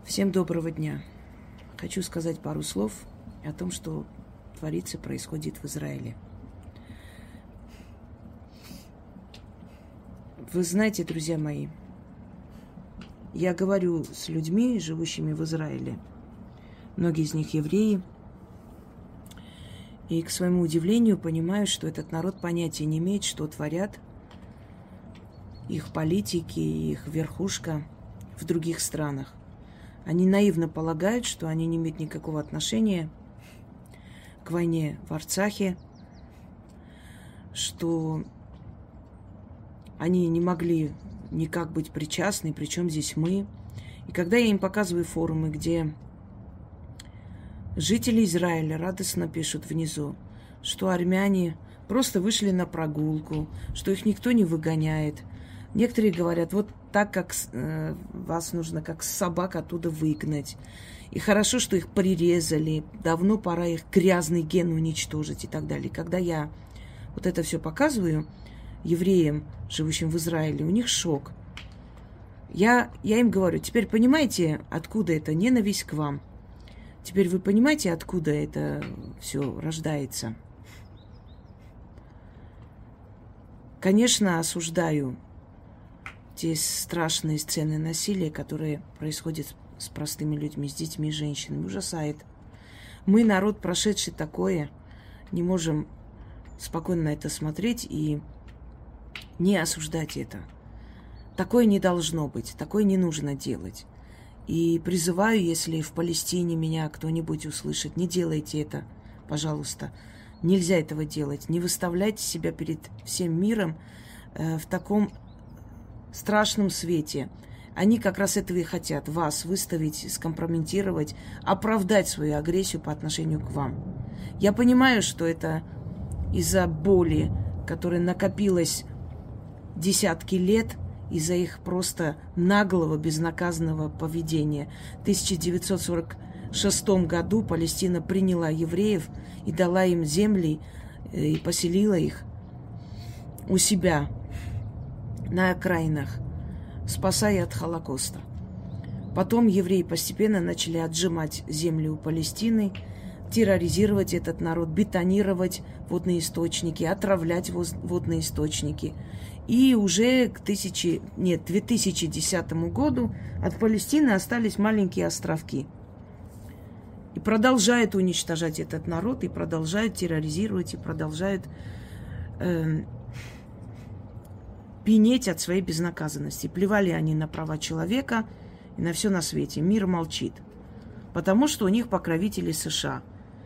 Всем доброго дня. Хочу сказать пару слов о том, что творится, происходит в Израиле. Вы знаете, друзья мои, я говорю с людьми, живущими в Израиле. Многие из них евреи. И, к своему удивлению, понимаю, что этот народ понятия не имеет, что творят их политики, их верхушка в других странах. Они наивно полагают, что они не имеют никакого отношения к войне в Арцахе, что они не могли никак быть причастны, причем здесь мы. И когда я им показываю форумы, где жители Израиля радостно пишут внизу, что армяне просто вышли на прогулку, что их никто не выгоняет. Некоторые говорят, вот так, как вас нужно, как собак оттуда выгнать. И хорошо, что их прирезали, давно пора их грязный ген уничтожить и так далее. Когда я вот это все показываю евреям, живущим в Израиле, у них шок. Я им говорю, теперь понимаете, откуда эта ненависть к вам? Теперь вы понимаете, откуда это все рождается? Конечно, осуждаю те страшные сцены насилия, которые происходят с простыми людьми, с детьми и женщинами. Ужасает. Мы, народ, прошедший такое, не можем спокойно на это смотреть и не осуждать это. Такое не должно быть, такое не нужно делать. И призываю, если в Палестине меня кто-нибудь услышит, не делайте это, пожалуйста. Нельзя этого делать. Не выставляйте себя перед всем миром в таком страшном свете. Они как раз этого и хотят. Вас выставить, скомпрометировать, оправдать свою агрессию по отношению к вам. Я понимаю, что это из-за боли, которая накопилась десятки лет, из-за их просто наглого, безнаказанного поведения. В 1946 году Палестина приняла евреев и дала им земли, и поселила их у себя на окраинах, спасая от Холокоста. Потом евреи постепенно начали отжимать земли у Палестины, терроризировать этот народ, бетонировать водные источники, отравлять водные источники. И уже к 2010 году от Палестины остались маленькие островки. И продолжают уничтожать этот народ, и продолжают терроризировать, и продолжают пенеть от своей безнаказанности. Плевали они на права человека и на все на свете. Мир молчит. Потому что у них покровители США.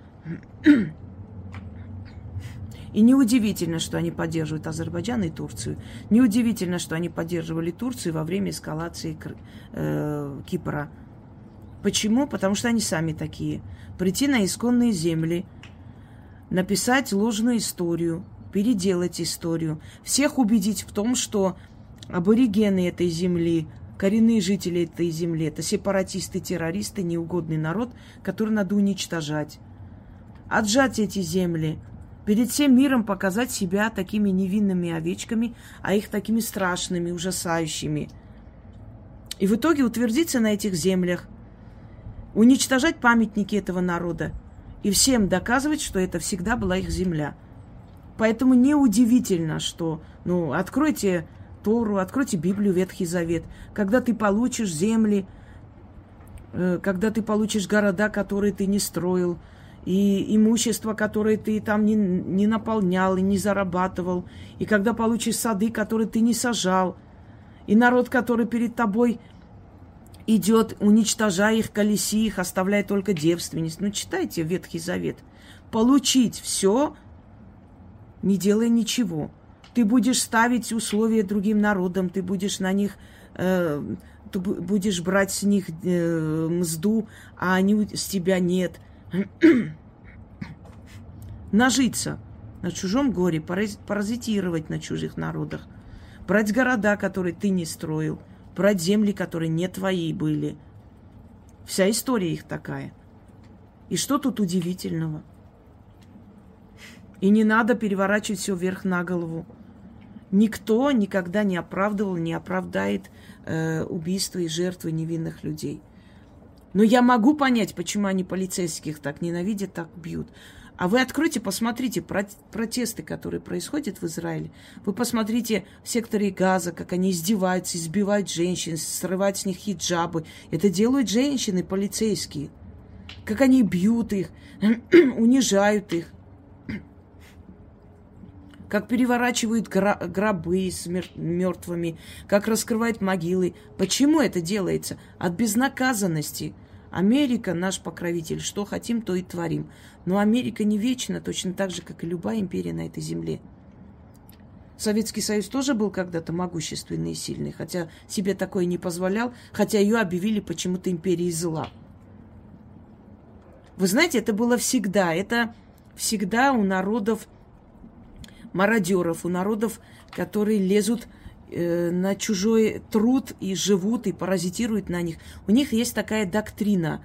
И неудивительно, что они поддерживают Азербайджан и Турцию. Неудивительно, что они поддерживали Турцию во время эскалации Кипра. Почему? Потому что они сами такие. Прийти на исконные земли, написать ложную историю, переделать историю, всех убедить в том, что аборигены этой земли, коренные жители этой земли, это сепаратисты, террористы, неугодный народ, который надо уничтожать. Отжать эти земли, перед всем миром показать себя такими невинными овечками, а их такими страшными, ужасающими. И в итоге утвердиться на этих землях, уничтожать памятники этого народа и всем доказывать, что это всегда была их земля. Поэтому неудивительно, что, откройте Тору, откройте Библию, Ветхий Завет. Когда ты получишь земли, когда ты получишь города, которые ты не строил, и имущество, которое ты там не наполнял и не зарабатывал, и когда получишь сады, которые ты не сажал, и народ, который перед тобой идет, уничтожая их, колеси их, оставляя только девственность. Читайте Ветхий Завет. Получить все, не делая ничего. Ты будешь ставить условия другим народам, ты будешь на них, ты будешь брать с них мзду, а они с тебя нет. Нажиться на чужом горе, паразитировать на чужих народах, брать города, которые ты не строил, брать земли, которые не твои были. Вся история их такая. И что тут удивительного? И не надо переворачивать все вверх на голову. Никто никогда не оправдывал, не оправдает убийства и жертвы невинных людей. Но я могу понять, почему они полицейских так ненавидят, так бьют. А вы откройте, посмотрите протесты, которые происходят в Израиле. Вы посмотрите в секторе Газа, как они издеваются, избивают женщин, срывают с них хиджабы. Это делают женщины, полицейские. Как они бьют их, унижают их. Как переворачивают гробы с мертвыми, как раскрывают могилы. Почему это делается? От безнаказанности. Америка наш покровитель. Что хотим, то и творим. Но Америка не вечна, точно так же, как и любая империя на этой земле. Советский Союз тоже был когда-то могущественный и сильный, хотя себе такое не позволял, хотя ее объявили почему-то империей зла. Вы знаете, это было всегда. Это всегда у народов мародеров, у народов, которые лезут на чужой труд и живут, и паразитируют на них. У них есть такая доктрина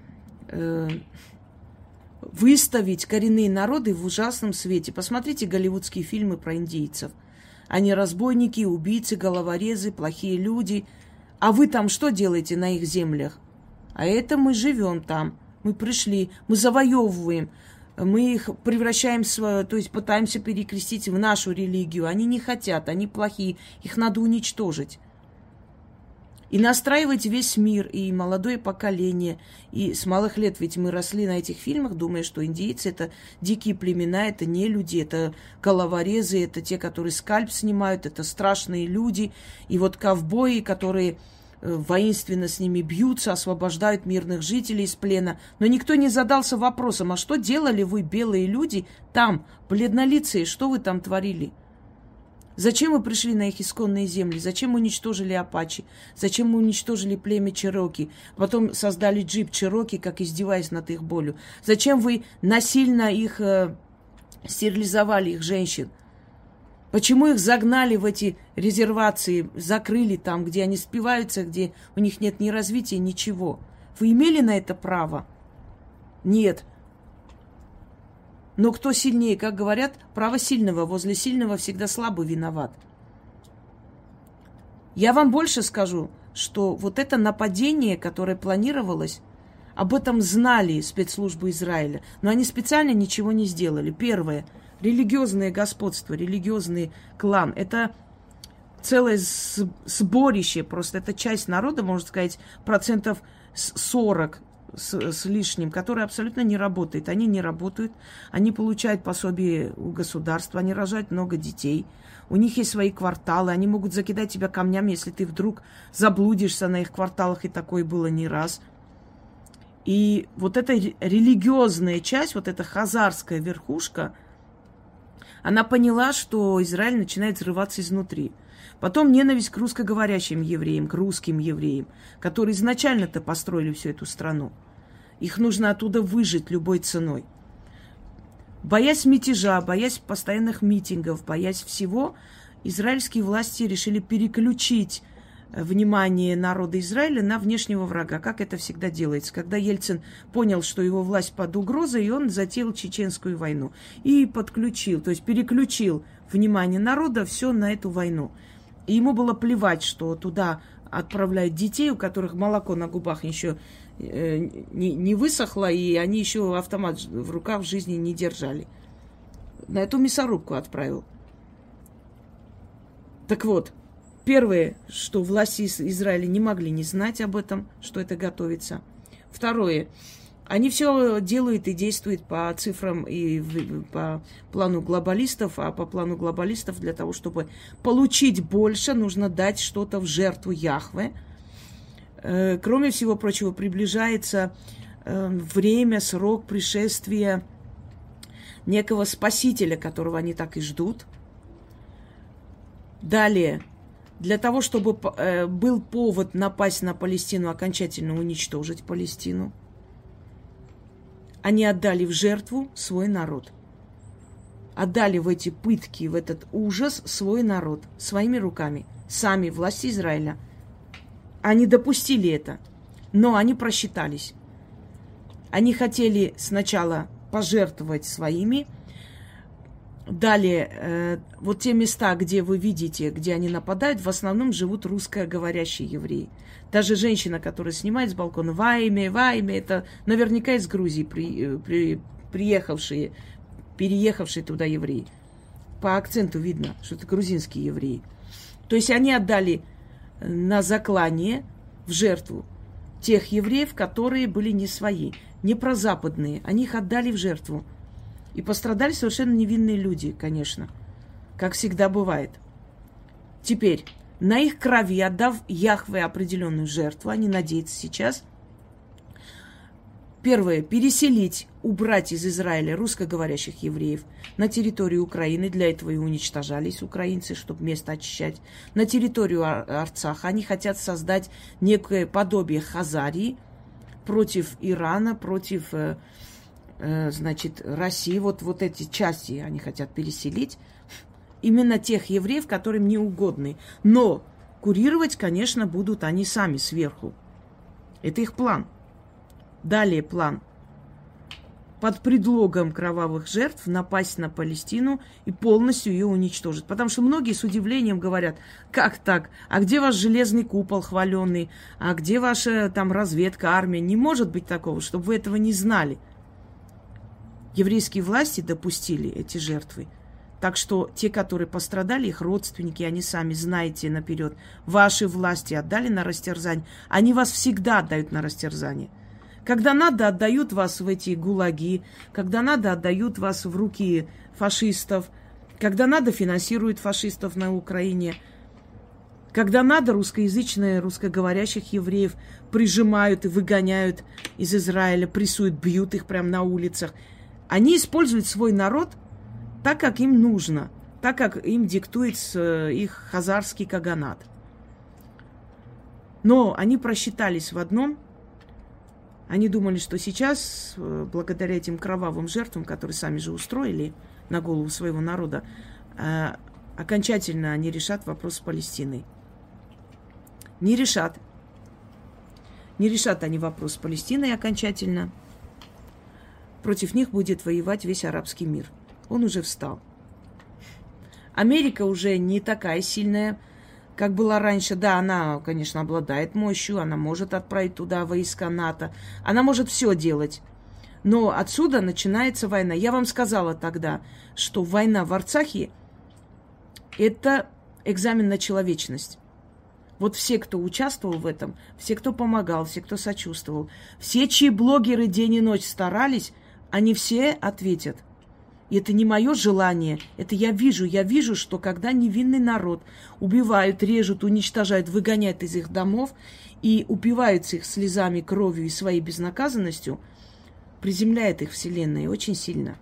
выставить коренные народы в ужасном свете. Посмотрите голливудские фильмы про индейцев. Они разбойники, убийцы, головорезы, плохие люди. А вы там что делаете на их землях? А это мы живем там. Мы пришли, мы завоевываем. Мы их превращаем, то есть пытаемся перекрестить в нашу религию. Они не хотят, они плохие, их надо уничтожить. И настраивать весь мир, и молодое поколение. И с малых лет, ведь мы росли на этих фильмах, думая, что индейцы – это дикие племена, это не люди, это головорезы, это те, которые скальп снимают, это страшные люди. И вот ковбои, которые воинственно с ними бьются, освобождают мирных жителей из плена. Но никто не задался вопросом, а что делали вы, белые люди, там, бледнолицые, что вы там творили? Зачем вы пришли на их исконные земли? Зачем уничтожили апачи? Зачем мы уничтожили племя Чероки? Потом создали джип Чероки, как издеваясь над их болью. Зачем вы насильно их стерилизовали, их женщин? Почему их загнали в эти резервации, закрыли там, где они спиваются, где у них нет ни развития, ничего? Вы имели на это право? Нет. Но кто сильнее, как говорят, право сильного, возле сильного всегда слабый виноват. Я вам больше скажу, что вот это нападение, которое планировалось, об этом знали спецслужбы Израиля, но они специально ничего не сделали. Первое. Религиозное господство, религиозный клан – это целое сборище, просто это часть народа, можно сказать, 40% с лишним, который абсолютно не работает. Они не работают, они получают пособие у государства, они рожают много детей, у них есть свои кварталы, они могут закидать тебя камнями, если ты вдруг заблудишься на их кварталах, и такое было не раз. И вот эта религиозная часть, вот эта хазарская верхушка, она поняла, что Израиль начинает взрываться изнутри. Потом ненависть к русскоговорящим евреям, к русским евреям, которые изначально-то построили всю эту страну. Их нужно оттуда выжить любой ценой. Боясь мятежа, боясь постоянных митингов, боясь всего, израильские власти решили переключить внимание народа Израиля на внешнего врага, как это всегда делается. Когда Ельцин понял, что его власть под угрозой, и он затеял чеченскую войну. И подключил, то есть переключил внимание народа все на эту войну. И ему было плевать, что туда отправляют детей, у которых молоко на губах еще не высохло, и они еще автомат в руках в жизни не держали. На эту мясорубку отправил. Так вот, первое, что власти Израиля не могли не знать об этом, что это готовится. Второе, они все делают и действуют по цифрам и по плану глобалистов, а по плану глобалистов для того, чтобы получить больше, нужно дать что-то в жертву Яхве. Кроме всего прочего, приближается время, срок пришествия некого спасителя, которого они так и ждут. Далее, для того, чтобы был повод напасть на Палестину, окончательно уничтожить Палестину, они отдали в жертву свой народ. Отдали в эти пытки, в этот ужас свой народ своими руками. Сами власти Израиля. Они допустили это, но они просчитались. Они хотели сначала пожертвовать своими Далее, вот те места, где вы видите, где они нападают, в основном живут русскоговорящие евреи. Даже женщина, которая снимает с балкона «Вайме», это наверняка из Грузии переехавшие туда евреи. По акценту видно, что это грузинские евреи. То есть они отдали на заклание, в жертву, тех евреев, которые были не свои, не прозападные. Они их отдали в жертву. И пострадали совершенно невинные люди, конечно, как всегда бывает. Теперь, на их крови, отдав Яхве определенную жертву, они надеются сейчас, первое, переселить, убрать из Израиля русскоговорящих евреев на территорию Украины. Для этого и уничтожались украинцы, чтобы место очищать. На территорию Арцаха они хотят создать некое подобие Хазарии против Ирана, против значит, России. Вот эти части они хотят переселить. Именно тех евреев, которым не угодны. Но курировать, конечно, будут они сами сверху. Это их план. Далее план. Под предлогом кровавых жертв напасть на Палестину и полностью ее уничтожить. Потому что многие с удивлением говорят, как так? А где ваш железный купол хваленый? А где ваша там разведка, армия? Не может быть такого, чтобы вы этого не знали. Еврейские власти допустили эти жертвы. Так что те, которые пострадали, их родственники, они сами знаете наперед. Ваши власти отдали на растерзание. Они вас всегда отдают на растерзание. Когда надо, отдают вас в эти гулаги. Когда надо, отдают вас в руки фашистов. Когда надо, финансируют фашистов на Украине. Когда надо, русскоязычные, русскоговорящих евреев прижимают и выгоняют из Израиля, прессуют, бьют их прямо на улицах. Они используют свой народ так, как им нужно, так, как им диктует их хазарский каганат. Но они просчитались в одном. Они думали, что сейчас, благодаря этим кровавым жертвам, которые сами же устроили на голову своего народа, окончательно они решат вопрос с Палестиной. Не решат. Не решат они вопрос с Палестиной окончательно. Против них будет воевать весь арабский мир. Он уже встал. Америка уже не такая сильная, как была раньше. Да, она, конечно, обладает мощью, она может отправить туда войска НАТО, она может все делать. Но отсюда начинается война. Я вам сказала тогда, что война в Арцахе – это экзамен на человечность. Вот все, кто участвовал в этом, все, кто помогал, все, кто сочувствовал, все, чьи блогеры день и ночь старались, они все ответят. И это не мое желание, это я вижу, что когда невинный народ убивают, режут, уничтожают, выгоняют из их домов и упиваются их слезами, кровью и своей безнаказанностью, приземляет их Вселенная очень сильно.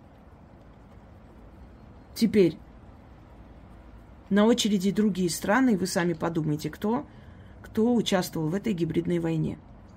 Теперь на очереди другие страны, вы сами подумайте, кто участвовал в этой гибридной войне.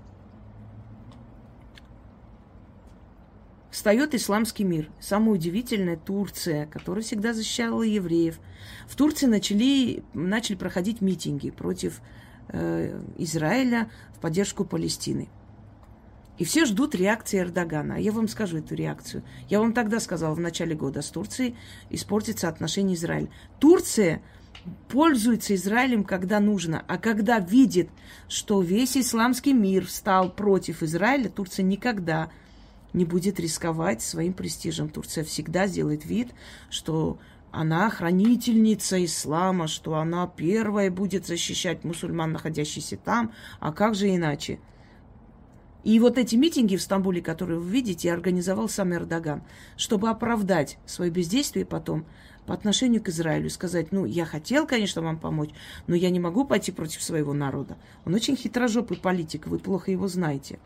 Встает исламский мир. Самое удивительное – Турция, которая всегда защищала евреев. В Турции начали проходить митинги против Израиля в поддержку Палестины. И все ждут реакции Эрдогана. А я вам скажу эту реакцию. Я вам тогда сказала в начале года, с Турцией испортится отношение Израиля. Турция пользуется Израилем, когда нужно. А когда видит, что весь исламский мир встал против Израиля, Турция никогда не будет рисковать своим престижем. Турция всегда сделает вид, что она хранительница ислама, что она первая будет защищать мусульман, находящихся там. А как же иначе? И вот эти митинги в Стамбуле, которые вы видите, организовал сам Эрдоган, чтобы оправдать свое бездействие потом по отношению к Израилю. Сказать, я хотел, конечно, вам помочь, но я не могу пойти против своего народа. Он очень хитрожопый политик, вы плохо его знаете.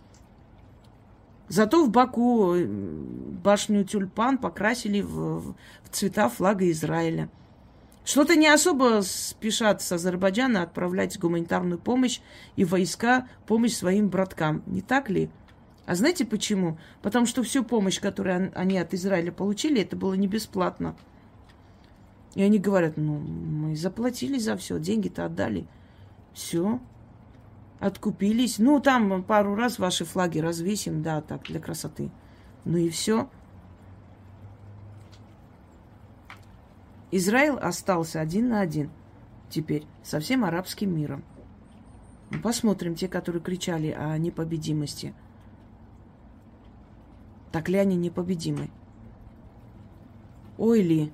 Зато в Баку башню Тюльпан покрасили в цвета флага Израиля. Что-то не особо спешат с Азербайджана отправлять гуманитарную помощь и войска, помощь своим браткам. Не так ли? А знаете почему? Потому что всю помощь, которую они от Израиля получили, это было не бесплатно. И они говорят, мы заплатили за все, деньги-то отдали. Все. Откупились. Там пару раз ваши флаги развесим, да, так, для красоты. И все. Израиль остался один на один теперь со всем арабским миром. Ну, посмотрим, те, которые кричали о непобедимости. Так ли они непобедимы? Ой ли.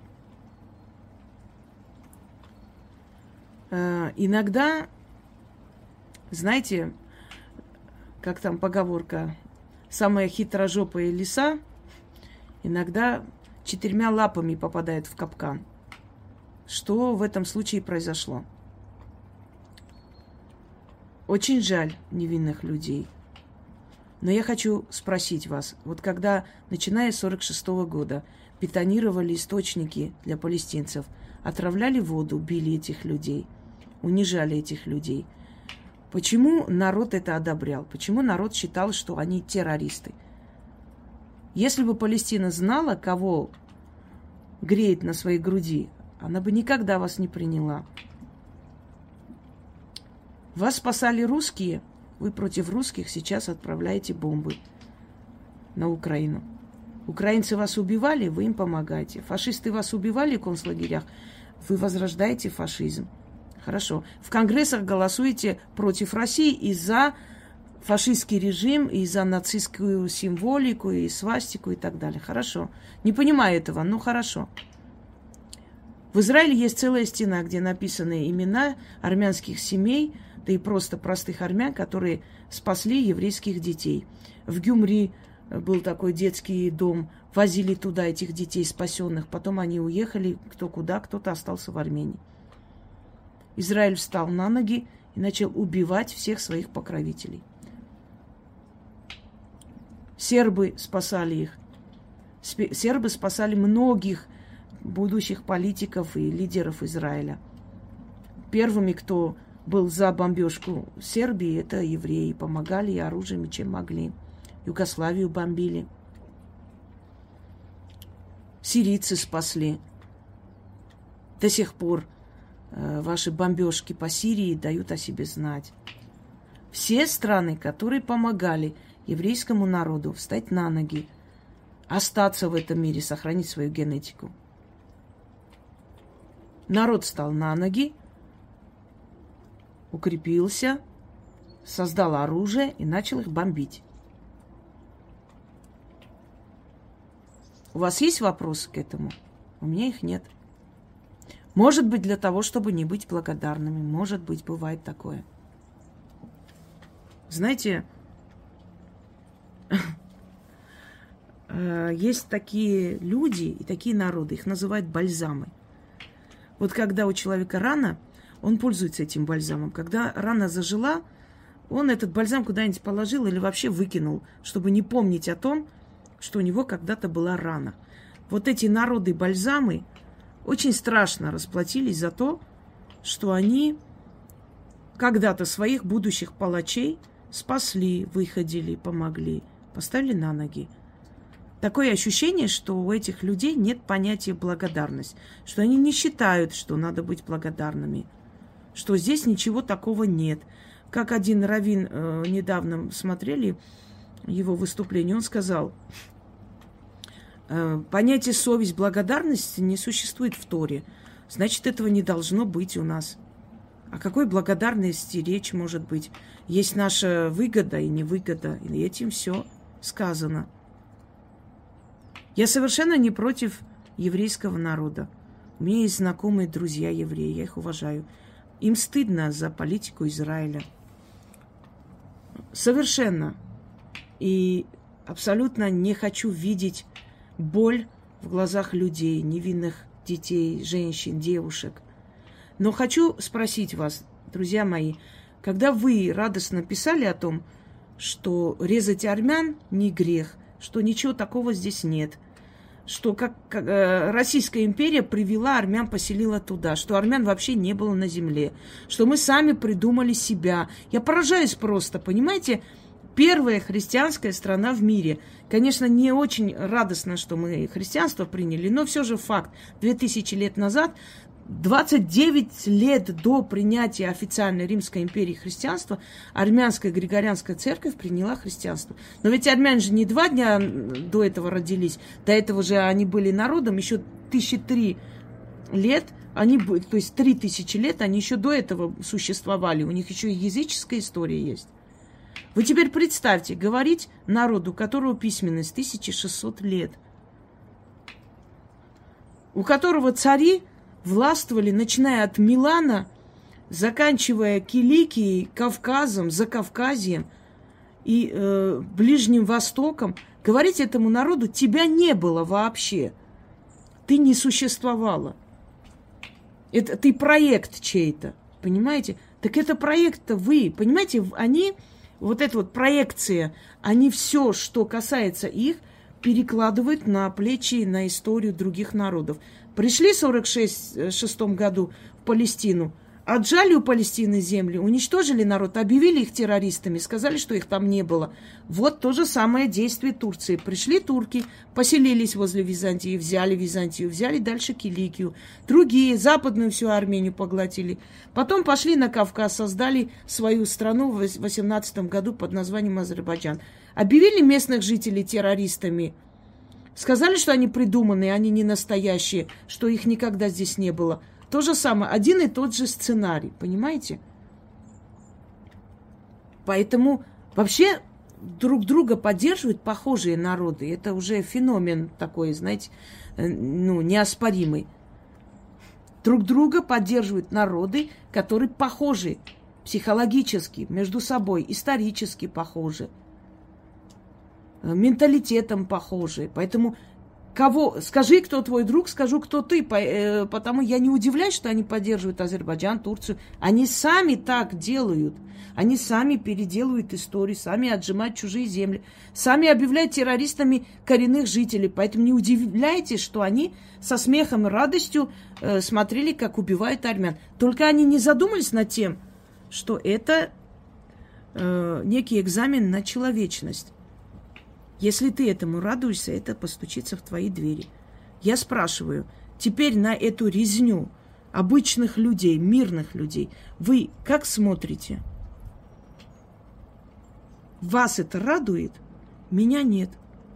Иногда, знаете, как там поговорка, самая хитрожопая лиса иногда 4 лапами попадает в капкан. Что в этом случае произошло? Очень жаль невинных людей. Но я хочу спросить вас, вот когда, начиная с 1946 года, бетонировали источники для палестинцев, отравляли воду, били этих людей, унижали этих людей, почему народ это одобрял? Почему народ считал, что они террористы? Если бы Палестина знала, кого греет на своей груди, она бы никогда вас не приняла. Вас спасали русские, вы против русских сейчас отправляете бомбы на Украину. Украинцы вас убивали, вы им помогаете. Фашисты вас убивали в концлагерях, вы возрождаете фашизм. Хорошо. В конгрессах голосуете против России и за фашистский режим, и за нацистскую символику, и свастику, и так далее. Хорошо. Не понимаю этого, но хорошо. В Израиле есть целая стена, где написаны имена армянских семей, да и просто простых армян, которые спасли еврейских детей. В Гюмри был такой детский дом, возили туда этих детей спасенных, потом они уехали кто куда, кто-то остался в Армении. Израиль встал на ноги и начал убивать всех своих покровителей. Сербы спасали их. Сербы спасали многих будущих политиков и лидеров Израиля. Первыми, кто был за бомбежку Сербии, это евреи. Помогали оружием, чем могли. Югославию бомбили. Сирийцы спасли. До сих пор ваши бомбежки по Сирии дают о себе знать. Все страны, которые помогали еврейскому народу встать на ноги, остаться в этом мире, сохранить свою генетику. Народ встал на ноги, укрепился, создал оружие и начал их бомбить. У вас есть вопросы к этому? У меня их нет. Может быть, для того, чтобы не быть благодарными. Может быть, бывает такое. Знаете, есть такие люди и такие народы, их называют бальзамы. Вот когда у человека рана, он пользуется этим бальзамом. Когда рана зажила, он этот бальзам куда-нибудь положил или вообще выкинул, чтобы не помнить о том, что у него когда-то была рана. Вот эти народы-бальзамы очень страшно расплатились за то, что они когда-то своих будущих палачей спасли, выходили, помогли, поставили на ноги. Такое ощущение, что у этих людей нет понятия благодарность, что они не считают, что надо быть благодарными, что здесь ничего такого нет. Как один раввин, недавно смотрели его выступление, он сказал, понятие совесть, благодарность не существует в Торе, значит, этого не должно быть у нас. О какой благодарности речь может быть? Есть наша выгода и невыгода, и этим все сказано. Я совершенно не против еврейского народа. У меня есть знакомые друзья евреи, я их уважаю. Им стыдно за политику Израиля. Совершенно. И абсолютно не хочу видеть боль в глазах людей, невинных детей, женщин, девушек. Но хочу спросить вас, друзья мои, когда вы радостно писали о том, что резать армян не грех, что ничего такого здесь нет, что как Российская империя привела армян, поселила туда, что армян вообще не было на земле, что мы сами придумали себя. Я поражаюсь просто, понимаете? Первая христианская страна в мире. Конечно, не очень радостно, что мы христианство приняли, но все же факт. 2000 лет назад, 29 лет до принятия официальной Римской империи христианства, армянская Григорианская церковь приняла христианство. Но ведь армяне же не 2 дня до этого родились, до этого же они были народом, еще 1003 лет, они, то есть 3000 лет, они еще до этого существовали. У них еще и языческая история есть. Вы теперь представьте, говорить народу, у которого письменность 1600 лет, у которого цари властвовали, начиная от Милана, заканчивая Киликией, Кавказом, Закавказьем и Ближним Востоком, говорить этому народу, тебя не было вообще. Ты не существовала. Это ты проект чей-то, понимаете? Так это проект-то вы, понимаете? Они, вот эта вот проекция, они все, что касается их, перекладывают на плечи, на историю других народов. Пришли в 1946 году в Палестину, отжали у Палестины земли, уничтожили народ, объявили их террористами, сказали, что их там не было. Вот то же самое действие Турции. Пришли турки, поселились возле Византии, взяли Византию, взяли дальше Киликию. Другие, западную всю Армению поглотили. Потом пошли на Кавказ, создали свою страну в 18 году под названием Азербайджан. Объявили местных жителей террористами. Сказали, что они придуманные, они не настоящие, что их никогда здесь не было. То же самое, один и тот же сценарий, понимаете? Поэтому вообще друг друга поддерживают похожие народы. Это уже феномен такой, знаете, неоспоримый. Друг друга поддерживают народы, которые похожи психологически, между собой, исторически похожи, менталитетом похожи. Поэтому скажи, кто твой друг, скажу, кто ты. Потому я не удивляюсь, что они поддерживают Азербайджан, Турцию. Они сами так делают. Они сами переделывают историю, сами отжимают чужие земли, сами объявляют террористами коренных жителей. Поэтому не удивляйтесь, что они со смехом и радостью смотрели, как убивают армян. Только они не задумались над тем, что это некий экзамен на человечность. Если ты этому радуешься, это постучится в твои двери. Я спрашиваю, теперь на эту резню обычных людей, мирных людей, вы как смотрите? Вас это радует? Меня нет.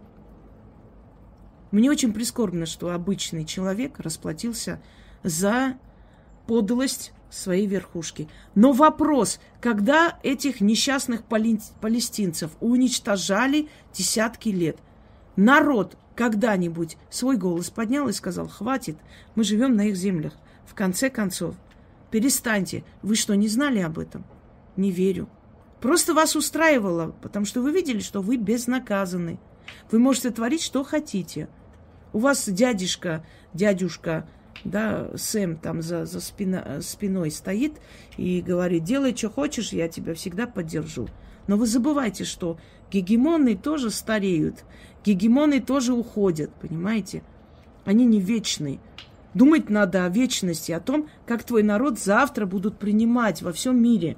Мне очень прискорбно, что обычный человек расплатился за подлость своей верхушки. Но вопрос, когда этих несчастных палестинцев уничтожали десятки лет, народ когда-нибудь свой голос поднял и сказал: хватит, мы живем на их землях. В конце концов, перестаньте. Вы что, не знали об этом? Не верю. Просто вас устраивало, потому что вы видели, что вы безнаказаны. Вы можете творить, что хотите. У вас дядюшка, да, Сэм там за спиной стоит и говорит: делай, что хочешь, я тебя всегда поддержу. Но вы забывайте, что гегемоны тоже стареют, гегемоны тоже уходят, понимаете? Они не вечны. Думать надо о вечности, о том, как твой народ завтра будут принимать во всем мире.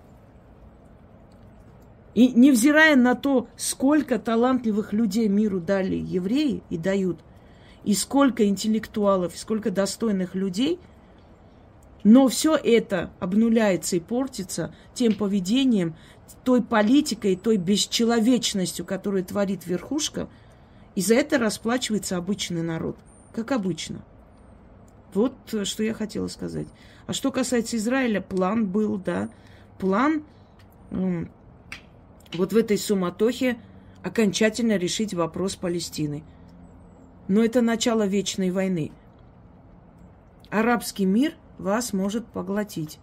И невзирая на то, сколько талантливых людей миру дали евреи и дают, и сколько интеллектуалов, и сколько достойных людей, но все это обнуляется и портится тем поведением, той политикой, той бесчеловечностью, которую творит верхушка, и за это расплачивается обычный народ, как обычно. Вот что я хотела сказать. А что касается Израиля, план был, да, план вот в этой суматохе окончательно решить вопрос Палестины. Но это начало вечной войны. Арабский мир вас может поглотить.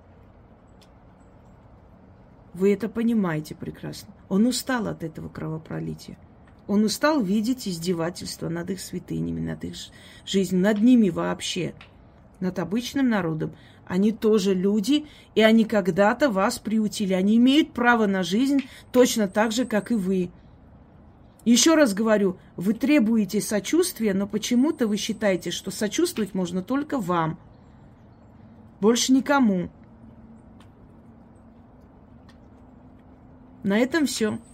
Вы это понимаете прекрасно. Он устал от этого кровопролития. Он устал видеть издевательства над их святынями, над их жизнью, над ними вообще, над обычным народом. Они тоже люди, и они когда-то вас приютили. Они имеют право на жизнь точно так же, как и вы. Еще раз говорю, вы требуете сочувствия, но почему-то вы считаете, что сочувствовать можно только вам. Больше никому. На этом все.